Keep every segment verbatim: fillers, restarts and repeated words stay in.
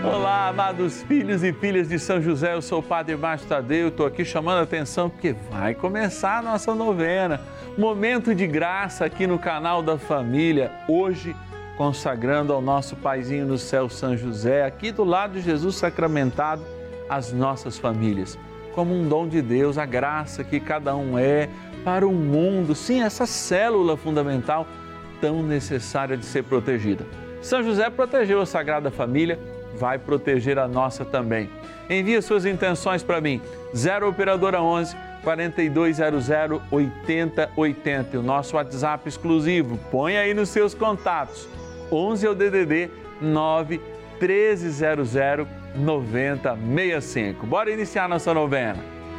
Olá, amados filhos e filhas de São José, eu sou o Padre Márcio Tadeu, estou aqui chamando a atenção porque vai começar a nossa novena, momento de graça aqui no canal da família, hoje consagrando ao nosso Paizinho no céu, São José, aqui do lado de Jesus sacramentado, as nossas famílias, como um dom de Deus, a graça que cada um é para o mundo, sim, essa célula fundamental tão necessária de ser protegida. São José protegeu a Sagrada Família, vai proteger a nossa também. Envie suas intenções para mim, zero operadora onze, quarenta e dois zero zero, oitenta oitenta, o nosso WhatsApp exclusivo, põe aí nos seus contatos, onze é o D D D nove, treze zero zero, noventa sessenta e cinco. Bora iniciar nossa novena.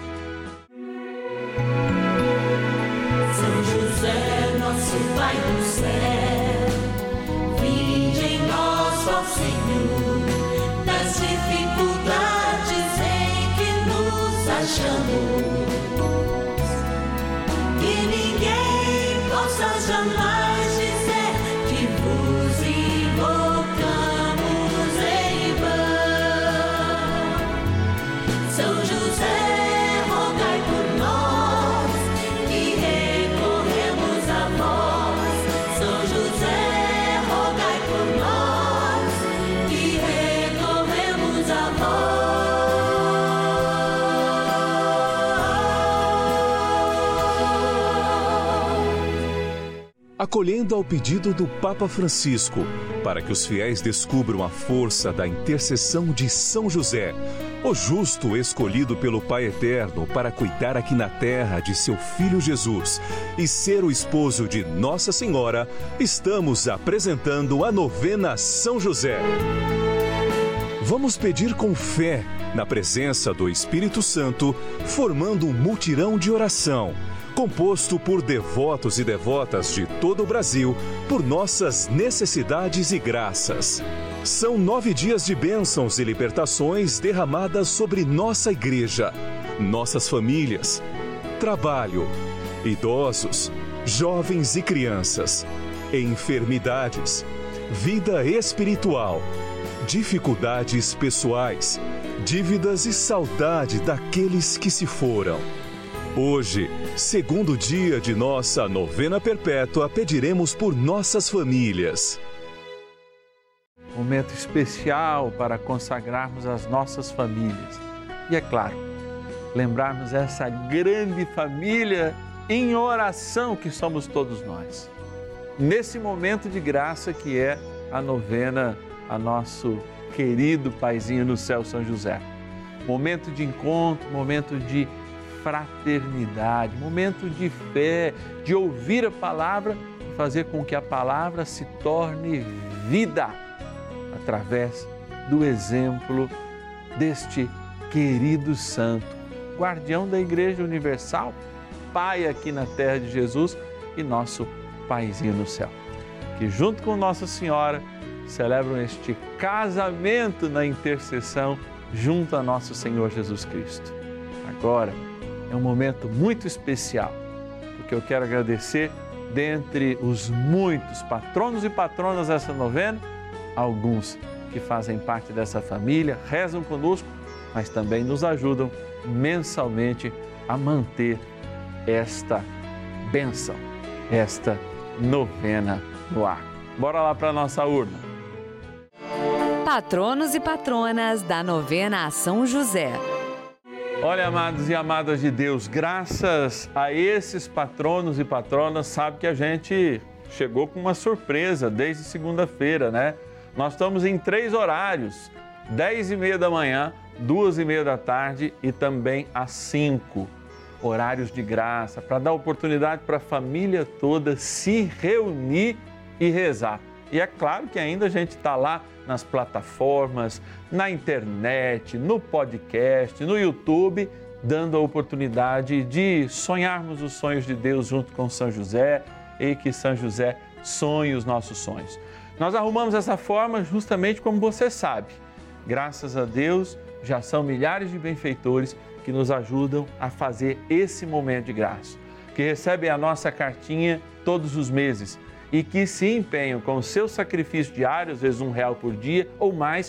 São José, nosso Pai do céu, vinde em nós, ó Senhor, nas dificuldades em que nos achamos, que ninguém possa jamais dizer que vos invocamos em vão. São José, rogai por nós, que recorremos a vós. São José, rogai por nós, que recorremos a vós. Acolhendo ao pedido do Papa Francisco, para que os fiéis descubram a força da intercessão de São José, o justo escolhido pelo Pai Eterno para cuidar aqui na terra de seu Filho Jesus e ser o esposo de Nossa Senhora, estamos apresentando a novena São José. Vamos pedir com fé, na presença do Espírito Santo, formando um mutirão de oração, composto por devotos e devotas de todo o Brasil, por nossas necessidades e graças. São nove dias de bênçãos e libertações derramadas sobre nossa igreja, nossas famílias, trabalho, idosos, jovens e crianças, enfermidades, vida espiritual, dificuldades pessoais, dívidas e saudade daqueles que se foram. Hoje, segundo dia de nossa novena perpétua, pediremos por nossas famílias. Momento especial para consagrarmos as nossas famílias. E é claro, lembrarmos essa grande família em oração que somos todos nós. Nesse momento de graça que é a novena a nosso querido Paizinho no céu, São José. Momento de encontro, momento de fraternidade, momento de fé, de ouvir a palavra e fazer com que a palavra se torne vida através do exemplo deste querido santo, guardião da Igreja Universal, Pai aqui na terra de Jesus e nosso Paizinho no céu, que junto com Nossa Senhora celebram este casamento na intercessão junto a nosso Senhor Jesus Cristo. Agora é um momento muito especial, porque eu quero agradecer, dentre os muitos patronos e patronas dessa novena, alguns que fazem parte dessa família, rezam conosco, mas também nos ajudam mensalmente a manter esta bênção, esta novena no ar. Bora lá para a nossa urna. Patronos e patronas da novena a São José. Olha, amados e amadas de Deus, graças a esses patronos e patronas, sabe que a gente chegou com uma surpresa desde segunda-feira, né? Nós estamos em três horários, dez e meia da manhã, duas e meia da tarde e também às cinco. Horários de graça, para dar oportunidade para a família toda se reunir e rezar. E é claro que ainda a gente está lá nas plataformas, na internet, no podcast, no YouTube, dando a oportunidade de sonharmos os sonhos de Deus junto com São José e que São José sonhe os nossos sonhos. Nós arrumamos essa forma justamente como você sabe. Graças a Deus, já são milhares de benfeitores que nos ajudam a fazer esse momento de graça, que recebem a nossa cartinha todos os meses e que se empenham com o seu sacrifício diário, às vezes um real por dia ou mais,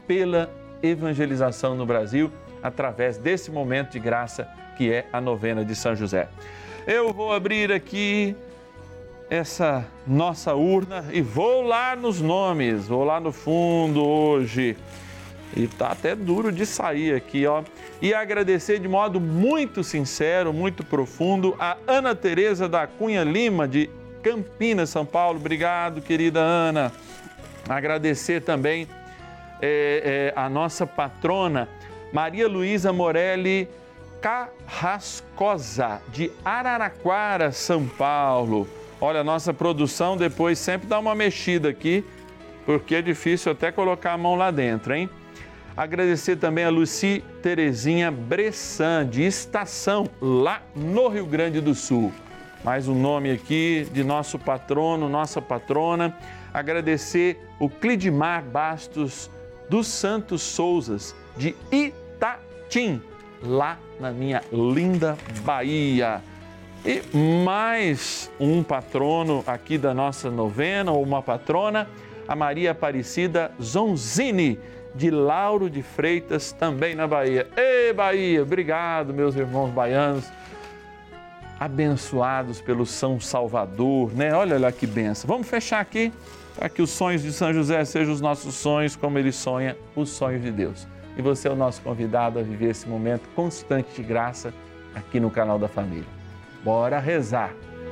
pela evangelização no Brasil, através desse momento de graça que é a novena de São José. Eu vou abrir aqui essa nossa urna e vou lá nos nomes, vou lá no fundo hoje. E tá até duro de sair aqui, ó. E agradecer de modo muito sincero, muito profundo, a Ana Tereza da Cunha Lima, de Campinas, São Paulo. Obrigado, querida Ana. Agradecer também é, é, a nossa patrona, Maria Luísa Morelli Carrascosa, de Araraquara, São Paulo. Olha, a nossa produção depois sempre dá uma mexida aqui, porque é difícil até colocar a mão lá dentro, hein? Agradecer também a Luci Terezinha Bressan, de Estação, lá no Rio Grande do Sul. Mais um nome aqui de nosso patrono, nossa patrona. Agradecer o Clidimar Bastos dos Santos Souzas, de Itatim, lá na minha linda Bahia. E mais um patrono aqui da nossa novena, ou uma patrona, a Maria Aparecida Zonzini, de Lauro de Freitas, também na Bahia. Ei, Bahia, obrigado, meus irmãos baianos, abençoados pelo São Salvador, né? Olha lá que benção. Vamos fechar aqui, para que os sonhos de São José sejam os nossos sonhos, como ele sonha os sonhos de Deus. E você é o nosso convidado a viver esse momento constante de graça aqui no canal da Família. Bora rezar!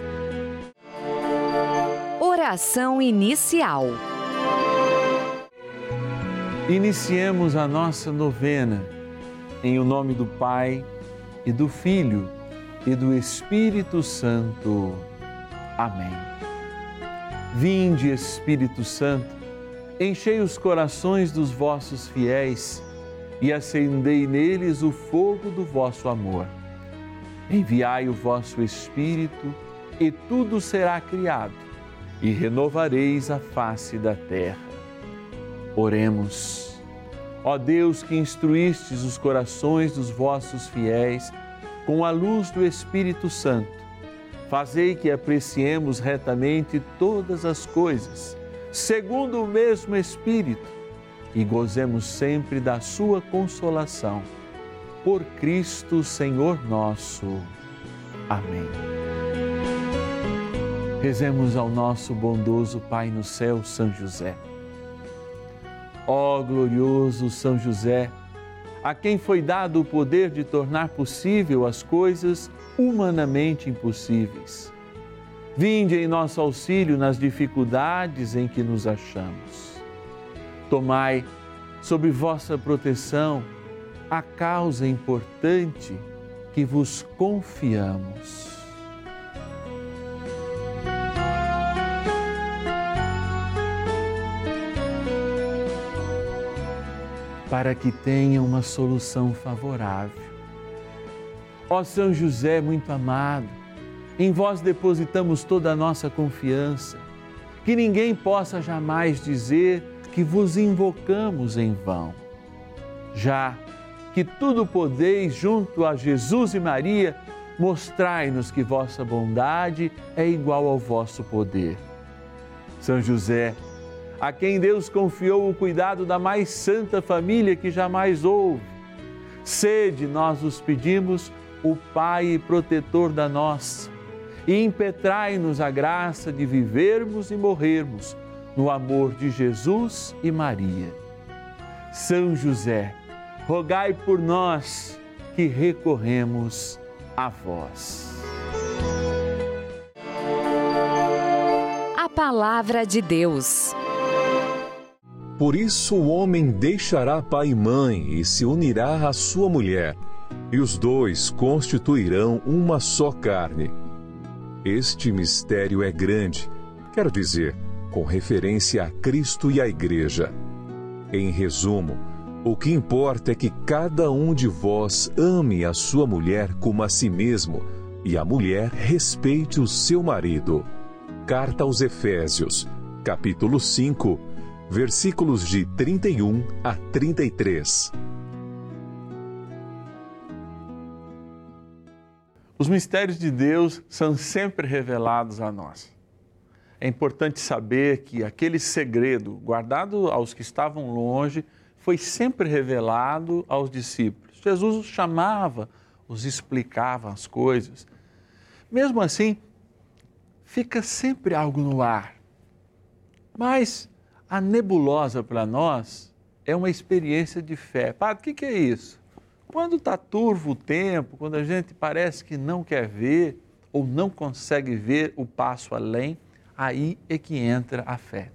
Oração inicial. Iniciemos a nossa novena em o nome do Pai e do Filho e do Espírito Santo. Amém. Vinde, Espírito Santo, enchei os corações dos vossos fiéis e acendei neles o fogo do vosso amor. Enviai o vosso Espírito e tudo será criado e renovareis a face da terra. Oremos. Ó Deus, que instruístes os corações dos vossos fiéis com a luz do Espírito Santo, fazei que apreciemos retamente todas as coisas, segundo o mesmo Espírito, e gozemos sempre da sua consolação. Por Cristo, Senhor nosso. Amém. Rezemos ao nosso bondoso Pai no céu, São José. Ó glorioso São José, a quem foi dado o poder de tornar possível as coisas humanamente impossíveis. Vinde em nosso auxílio nas dificuldades em que nos achamos. Tomai sob vossa proteção a causa importante que vos confiamos. Para que tenha uma solução favorável. Ó São José muito amado, em vós depositamos toda a nossa confiança, que ninguém possa jamais dizer que vos invocamos em vão. Já que tudo podeis junto a Jesus e Maria, mostrai-nos que vossa bondade é igual ao vosso poder. São José, a quem Deus confiou o cuidado da mais santa família que jamais houve, sede, nós os pedimos, o Pai e protetor da nossa, e impetrai-nos a graça de vivermos e morrermos no amor de Jesus e Maria. São José, rogai por nós que recorremos a vós. A Palavra de Deus. Por isso o homem deixará pai e mãe e se unirá à sua mulher, e os dois constituirão uma só carne. Este mistério é grande, quero dizer, com referência a Cristo e à Igreja. Em resumo, o que importa é que cada um de vós ame a sua mulher como a si mesmo, e a mulher respeite o seu marido. Carta aos Efésios, capítulo cinco, versículos de trinta e um a trinta e três. Os mistérios de Deus são sempre revelados a nós. É importante saber que aquele segredo guardado aos que estavam longe foi sempre revelado aos discípulos. Jesus os chamava, os explicava as coisas. Mesmo assim, fica sempre algo no ar. Mas a nebulosa para nós é uma experiência de fé. Padre, o que, que é isso? Quando está turvo o tempo, quando a gente parece que não quer ver ou não consegue ver o passo além, aí é que entra a fé.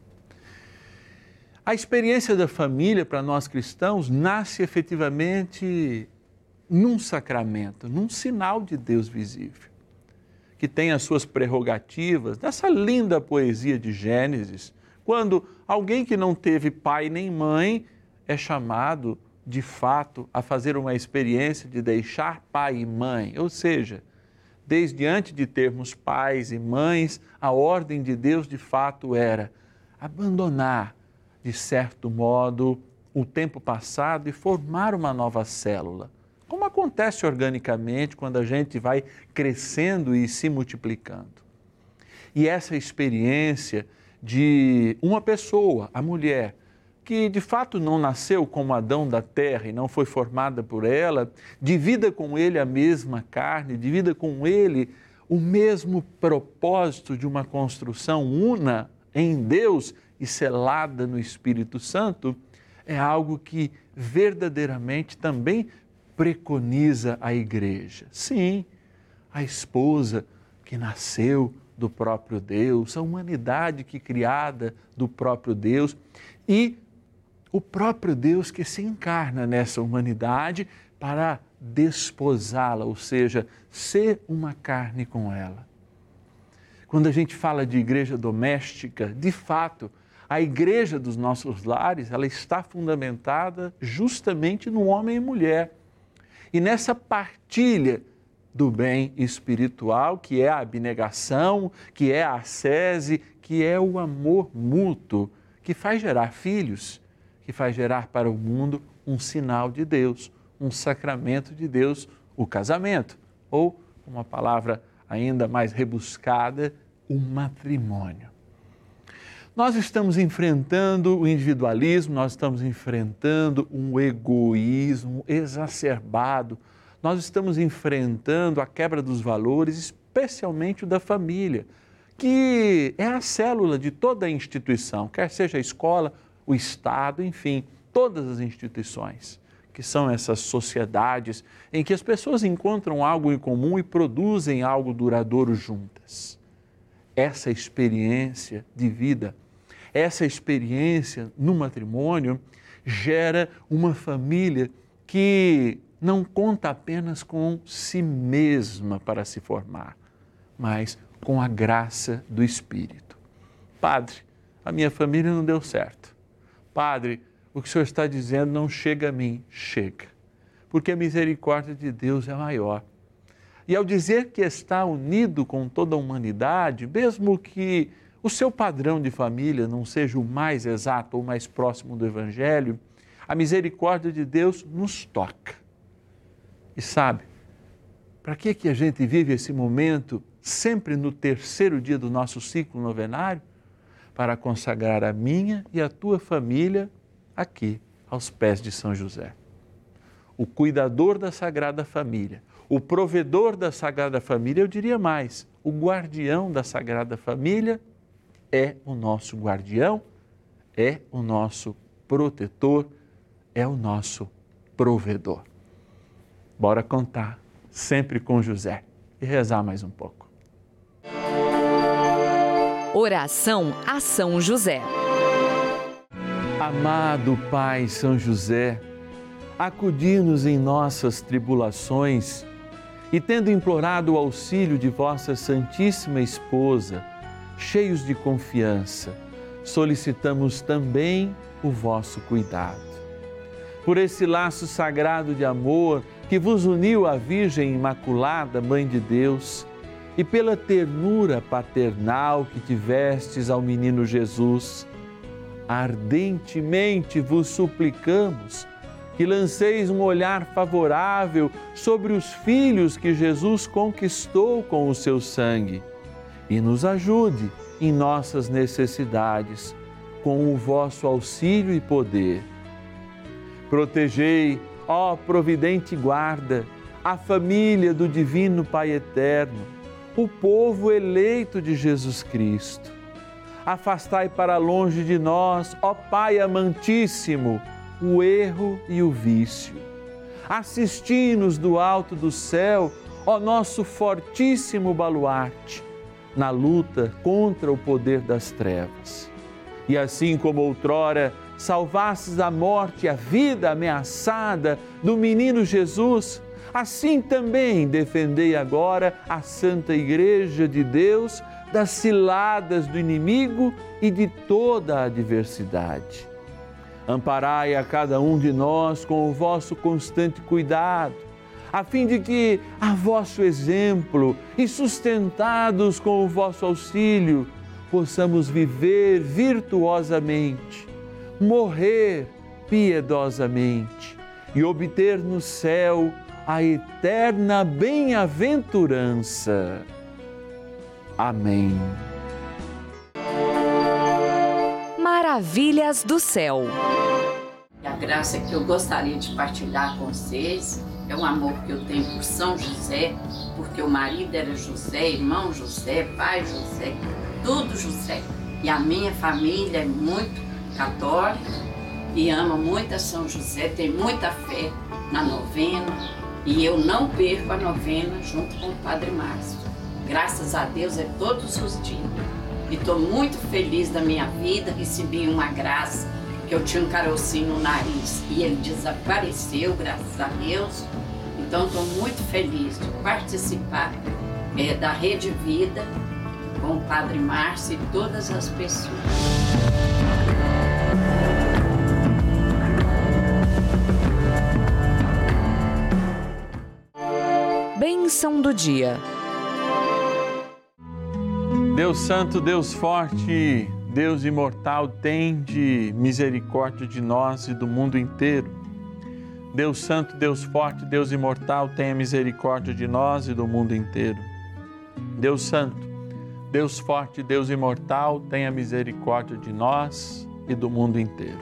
A experiência da família para nós cristãos nasce efetivamente num sacramento, num sinal de Deus visível, que tem as suas prerrogativas, nessa linda poesia de Gênesis, quando alguém que não teve pai nem mãe é chamado, de fato, a fazer uma experiência de deixar pai e mãe, ou seja, desde antes de termos pais e mães, a ordem de Deus de fato era abandonar, de certo modo, o tempo passado e formar uma nova célula. Como acontece organicamente quando a gente vai crescendo e se multiplicando. E essa experiência de uma pessoa, a mulher, que de fato não nasceu como Adão da terra e não foi formada por ela, divida com ele a mesma carne, divida com ele o mesmo propósito de uma construção una em Deus e selada no Espírito Santo, é algo que verdadeiramente também preconiza a igreja. Sim, a esposa que nasceu do próprio Deus, a humanidade que criada do próprio Deus e o próprio Deus que se encarna nessa humanidade para desposá-la, ou seja, ser uma carne com ela. Quando a gente fala de igreja doméstica, de fato, a igreja dos nossos lares, ela está fundamentada justamente no homem e mulher. E nessa partilha do bem espiritual, que é a abnegação, que é a ascese, que é o amor mútuo, que faz gerar filhos, que faz gerar para o mundo um sinal de Deus, um sacramento de Deus, o casamento, ou, uma palavra ainda mais rebuscada, o matrimônio. Nós estamos enfrentando o individualismo, nós estamos enfrentando um egoísmo exacerbado, nós estamos enfrentando a quebra dos valores, especialmente o da família, que é a célula de toda a instituição, quer seja a escola, o Estado, enfim, todas as instituições, que são essas sociedades em que as pessoas encontram algo em comum e produzem algo duradouro juntas. Essa experiência de vida, essa experiência no matrimônio gera uma família que não conta apenas com si mesma para se formar, mas com a graça do Espírito. Padre, a minha família não deu certo. Padre, o que o senhor está dizendo não chega a mim. Chega, porque a misericórdia de Deus é maior. E ao dizer que está unido com toda a humanidade, mesmo que o seu padrão de família não seja o mais exato ou mais próximo do Evangelho, a misericórdia de Deus nos toca. E sabe, para que, que a gente vive esse momento sempre no terceiro dia do nosso ciclo novenário? Para consagrar a minha e a tua família aqui, aos pés de São José. O cuidador da Sagrada Família, o provedor da Sagrada Família, eu diria mais, o guardião da Sagrada Família é o nosso guardião, é o nosso protetor, é o nosso provedor. Bora contar sempre com José e rezar mais um pouco. Oração a São José. Amado Pai São José, acudi-nos em nossas tribulações e, tendo implorado o auxílio de vossa Santíssima Esposa, cheios de confiança, solicitamos também o vosso cuidado. Por esse laço sagrado de amor que vos uniu à Virgem Imaculada, Mãe de Deus, e pela ternura paternal que tivestes ao menino Jesus, ardentemente vos suplicamos que lanceis um olhar favorável sobre os filhos que Jesus conquistou com o seu sangue e nos ajude em nossas necessidades com o vosso auxílio e poder. Protegei, ó providente guarda, a família do Divino Pai Eterno, o povo eleito de Jesus Cristo. Afastai para longe de nós, ó Pai amantíssimo, o erro e o vício. Assisti-nos do alto do céu, ó nosso fortíssimo baluarte, na luta contra o poder das trevas. E assim como outrora salvastes da morte a vida ameaçada do menino Jesus, assim também defendei agora a Santa Igreja de Deus das ciladas do inimigo e de toda a adversidade. Amparai a cada um de nós com o vosso constante cuidado, a fim de que, a vosso exemplo e sustentados com o vosso auxílio, possamos viver virtuosamente, morrer piedosamente e obter no céu a eterna bem-aventurança. Amém. Maravilhas do céu. A graça que eu gostaria de partilhar com vocês é um amor que eu tenho por São José, porque o marido era José, irmão José, pai José, tudo José. E a minha família é muito católica e ama muito a São José, tem muita fé na novena e eu não perco a novena junto com o Padre Márcio. Graças a Deus é todos os dias. E estou muito feliz da minha vida, recebi uma graça, que eu tinha um carocinho no nariz e ele desapareceu, graças a Deus. Então estou muito feliz de participar é, da Rede Vida com o Padre Márcio e todas as pessoas. Bênção do dia. Deus Santo, Deus Forte, Deus Imortal, tende misericórdia de nós e do mundo inteiro. Deus Santo, Deus Forte, Deus Imortal, tenha misericórdia de nós e do mundo inteiro. Deus Santo, Deus Forte, Deus Imortal, tenha misericórdia de nós e do mundo inteiro.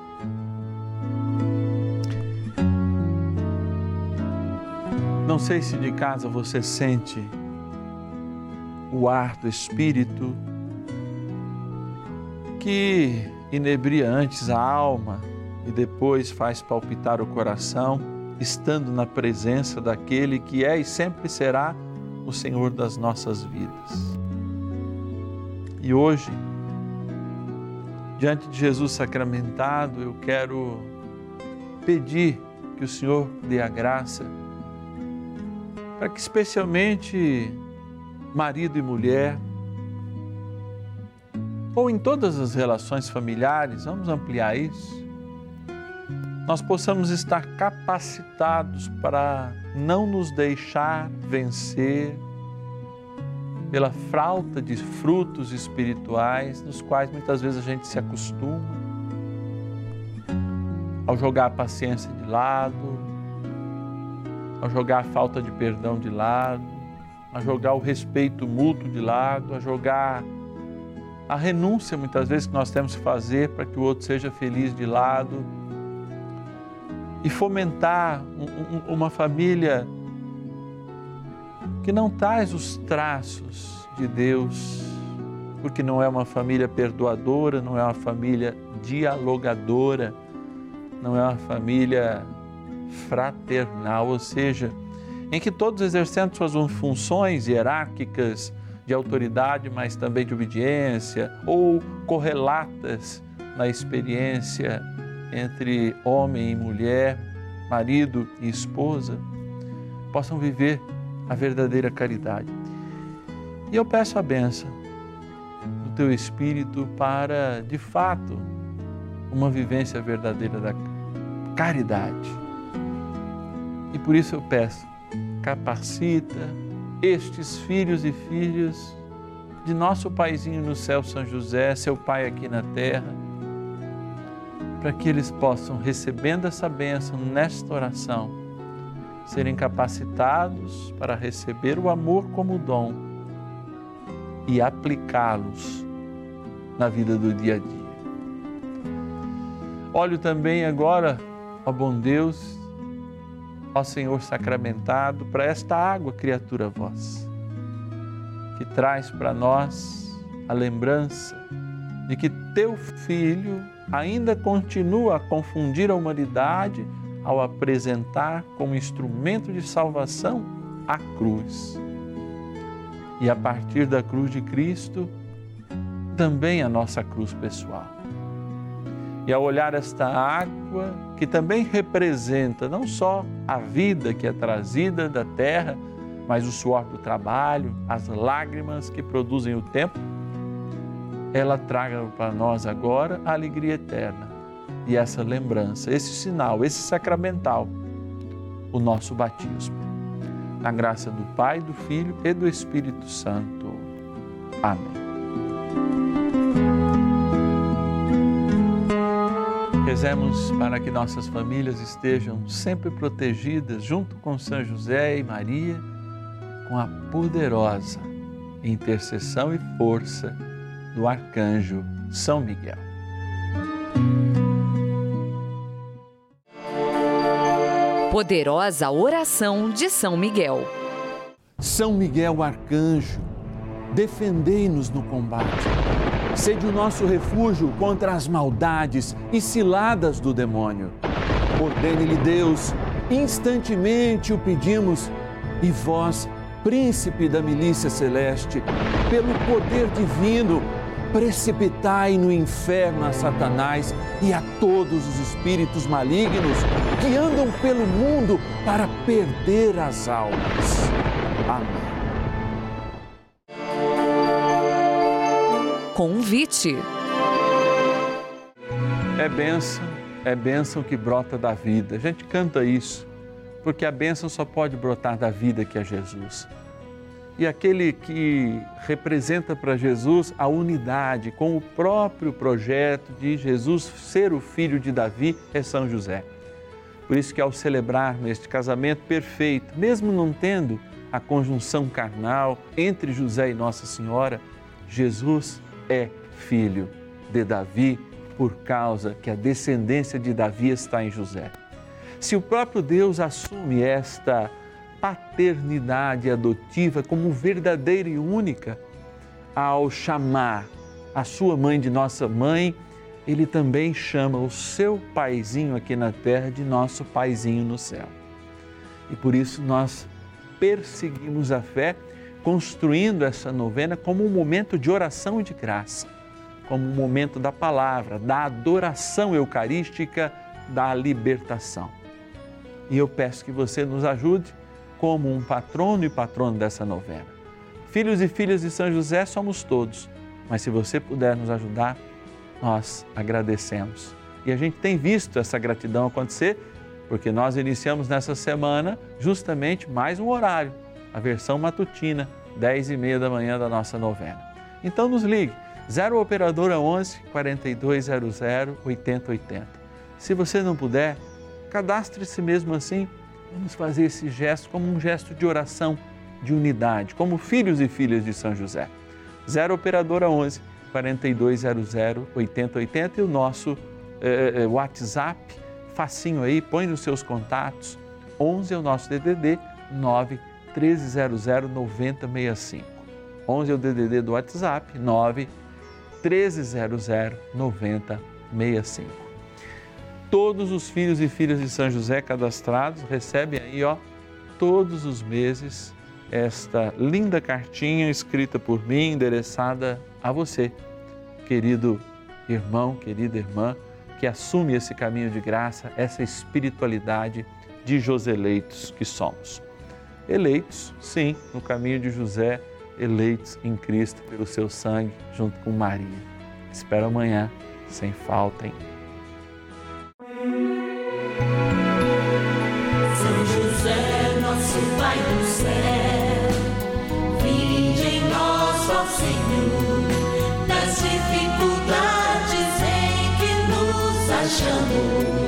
Não sei se de casa você sente o ar do Espírito que inebria antes a alma e depois faz palpitar o coração, estando na presença daquele que é e sempre será o Senhor das nossas vidas. E hoje, diante de Jesus sacramentado, eu quero pedir que o Senhor dê a graça para que especialmente marido e mulher, ou em todas as relações familiares, vamos ampliar isso, nós possamos estar capacitados para não nos deixar vencer pela falta de frutos espirituais, nos quais muitas vezes a gente se acostuma, ao jogar a paciência de lado, ao jogar a falta de perdão de lado, a jogar o respeito mútuo de lado, a jogar a renúncia muitas vezes que nós temos que fazer para que o outro seja feliz de lado e fomentar um, um, uma família que não traz os traços de Deus, porque não é uma família perdoadora, não é uma família dialogadora, não é uma família fraternal, ou seja, em que todos exercendo suas funções hierárquicas de autoridade, mas também de obediência, ou correlatas na experiência entre homem e mulher, marido e esposa, possam viver a verdadeira caridade. E eu peço a bênção do Teu Espírito para, de fato, uma vivência verdadeira da caridade. E por isso eu peço, capacita estes filhos e filhas de nosso Paizinho no céu, São José, seu Pai aqui na terra, para que eles possam, recebendo essa bênção nesta oração, serem capacitados para receber o amor como dom e aplicá-los na vida do dia a dia. Olho também agora ó bom Deus, ó Senhor sacramentado, para esta água, criatura vossa, que traz para nós a lembrança de que teu Filho ainda continua a confundir a humanidade ao apresentar como instrumento de salvação a cruz. E a partir da cruz de Cristo, também a nossa cruz pessoal. E ao olhar esta água, que também representa não só a vida que é trazida da terra, mas o suor do trabalho, as lágrimas que produzem o tempo, ela traga para nós agora a alegria eterna e essa lembrança, esse sinal, esse sacramental, o nosso batismo. Na graça do Pai, do Filho e do Espírito Santo. Amém. Rezemos para que nossas famílias estejam sempre protegidas junto com São José e Maria, com a poderosa intercessão e força do arcanjo São Miguel. Poderosa oração de São Miguel. São Miguel arcanjo, defendei-nos no combate. Sede o nosso refúgio contra as maldades e ciladas do demônio. Ordene-lhe Deus, instantemente o pedimos, e vós, príncipe da milícia celeste, pelo poder divino, precipitai no inferno a Satanás e a todos os espíritos malignos que andam pelo mundo para perder as almas. Amém. Convite. É bênção, é bênção que brota da vida. A gente canta isso, porque a bênção só pode brotar da vida que é Jesus. E aquele que representa para Jesus a unidade com o próprio projeto de Jesus ser o filho de Davi é São José. Por isso que ao celebrar este casamento perfeito, mesmo não tendo a conjunção carnal entre José e Nossa Senhora, Jesus é filho de Davi por causa que a descendência de Davi está em José. Se o próprio Deus assume esta paternidade adotiva como verdadeira e única, ao chamar a sua mãe de nossa mãe, ele também chama o seu paizinho aqui na terra de nosso paizinho no céu. E por isso nós perseguimos a fé, construindo essa novena como um momento de oração e de graça, como um momento da palavra, da adoração eucarística, da libertação. E eu peço que você nos ajude como um patrono e patrono dessa novena. Filhos e filhas de São José somos todos, mas se você puder nos ajudar, nós agradecemos. E a gente tem visto essa gratidão acontecer, porque nós iniciamos nessa semana justamente mais um horário, a versão matutina, dez e meia da manhã da nossa novena. Então nos ligue, zero operadora onze, quarenta e dois zero zero, oitenta oitenta. Se você não puder, cadastre-se mesmo assim. Vamos fazer esse gesto como um gesto de oração, de unidade, como filhos e filhas de São José. zero operadora onze, quarenta e dois zero zero, oitenta oitenta e o nosso eh, WhatsApp, facinho aí, põe nos seus contatos. onze é o nosso D D D, nove treze zero zero, noventa sessenta e cinco. onze é o D D D do WhatsApp, nove treze zero zero, noventa sessenta e cinco. Todos os filhos e filhas de São José cadastrados recebem aí, ó, todos os meses, esta linda cartinha escrita por mim, endereçada a você, querido irmão, querida irmã, que assume esse caminho de graça, essa espiritualidade de Joseleitos que somos. Eleitos, sim, no caminho de José, eleitos em Cristo pelo seu sangue, junto com Maria. Espero amanhã, sem falta, hein? São José, nosso Pai do céu, vinde em nós, ó Senhor, nas dificuldades em que nos achamos.